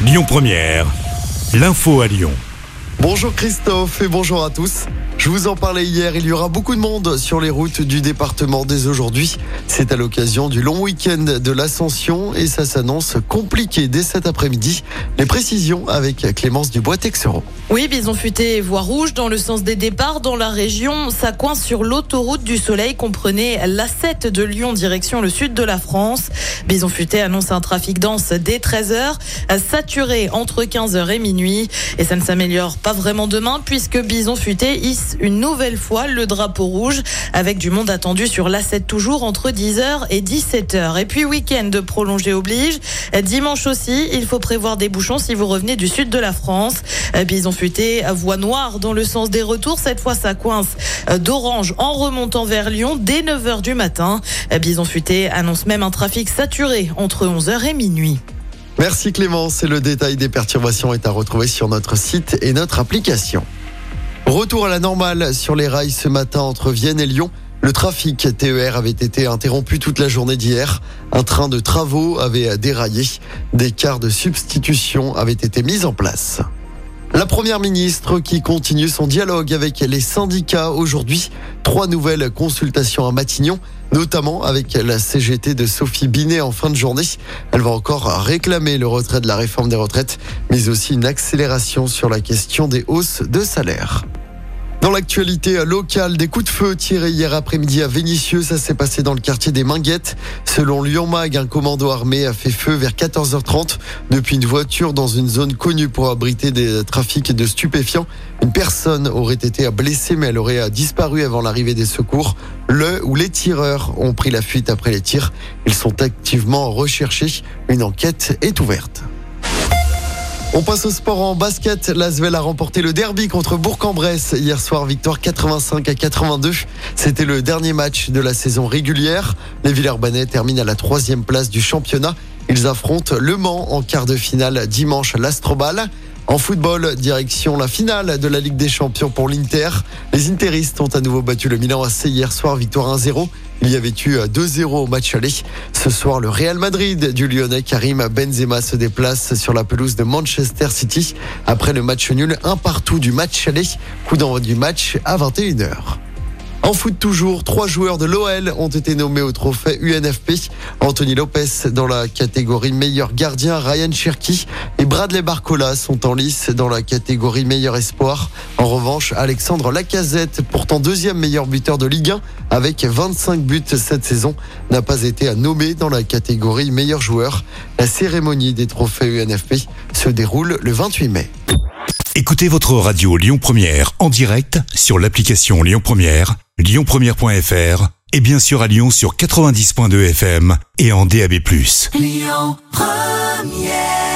Lyon Première, l'info à Lyon. Bonjour Christophe et bonjour à tous. Je vous en parlais hier, il y aura beaucoup de monde sur les routes du département dès aujourd'hui. C'est à l'occasion du long week-end de l'Ascension et ça s'annonce compliqué dès cet après-midi. Les précisions avec Clémence Dubois-Texereau. Oui, Bison Futé et voie rouge dans le sens des départs dans la région. Ça coince sur l'autoroute du Soleil, comprenez l'A7 de Lyon direction le sud de la France. Bison Futé annonce un trafic dense dès 13h, saturé entre 15h et minuit. Et ça ne s'améliore pas vraiment demain puisque Bison Futé hisse une nouvelle fois le drapeau rouge avec du monde attendu sur l'A7 toujours entre 10h et 17h. Et puis week-end prolongé oblige. Dimanche aussi, il faut prévoir des bouchons si vous revenez du sud de la France. Bison Futé, voie noire dans le sens des retours. Cette fois, ça coince d'orange en remontant vers Lyon dès 9h du matin. Bison Futé annonce même un trafic saturé entre 11h et minuit. Merci Clémence et le détail des perturbations est à retrouver sur notre site et notre application. Retour à la normale sur les rails ce matin entre Vienne et Lyon. Le trafic TER avait été interrompu toute la journée d'hier. Un train de travaux avait déraillé. Des cars de substitution avaient été mis en place. La première ministre qui continue son dialogue avec les syndicats aujourd'hui. 3 nouvelles consultations à Matignon, notamment avec la CGT de Sophie Binet en fin de journée. Elle va encore réclamer le retrait de la réforme des retraites, mais aussi une accélération sur la question des hausses de salaire. Dans l'actualité locale, des coups de feu tirés hier après-midi à Vénissieux. Ça s'est passé dans le quartier des Minguettes. Selon Lyon Mag, un commando armé a fait feu vers 14h30 depuis une voiture dans une zone connue pour abriter des trafics de stupéfiants. Une personne aurait été blessée, mais elle aurait disparu avant l'arrivée des secours. Le ou les tireurs ont pris la fuite après les tirs. Ils sont activement recherchés. Une enquête est ouverte. On passe au sport en basket. L'Asvel a remporté le derby contre Bourg-en-Bresse. Hier soir, victoire 85-82. C'était le dernier match de la saison régulière. Les Villeurbanais terminent à la 3e place du championnat. Ils affrontent Le Mans en quart de finale dimanche à l'Astrobal. En football, direction la finale de la Ligue des Champions pour l'Inter. Les Interistes ont à nouveau battu le Milan AC hier soir, victoire 1-0. Il y avait eu 2-0 au match aller. Ce soir, le Real Madrid du Lyonnais Karim Benzema se déplace sur la pelouse de Manchester City. Après le match nul, 1-1 du match aller. Coup d'envoi du match à 21h. En foot toujours, 3 joueurs de l'OL ont été nommés au trophée UNFP. Anthony Lopez dans la catégorie meilleur gardien, Ryan Cherki et Bradley Barcola sont en lice dans la catégorie meilleur espoir. En revanche, Alexandre Lacazette, pourtant 2e meilleur buteur de Ligue 1 avec 25 buts cette saison, n'a pas été nommé dans la catégorie meilleur joueur. La cérémonie des trophées UNFP se déroule le 28 mai. Écoutez votre radio Lyon Première en direct sur l'application Lyon Première, lyonpremière.fr et bien sûr à Lyon sur 90.2 FM et en DAB+. Lyon Première.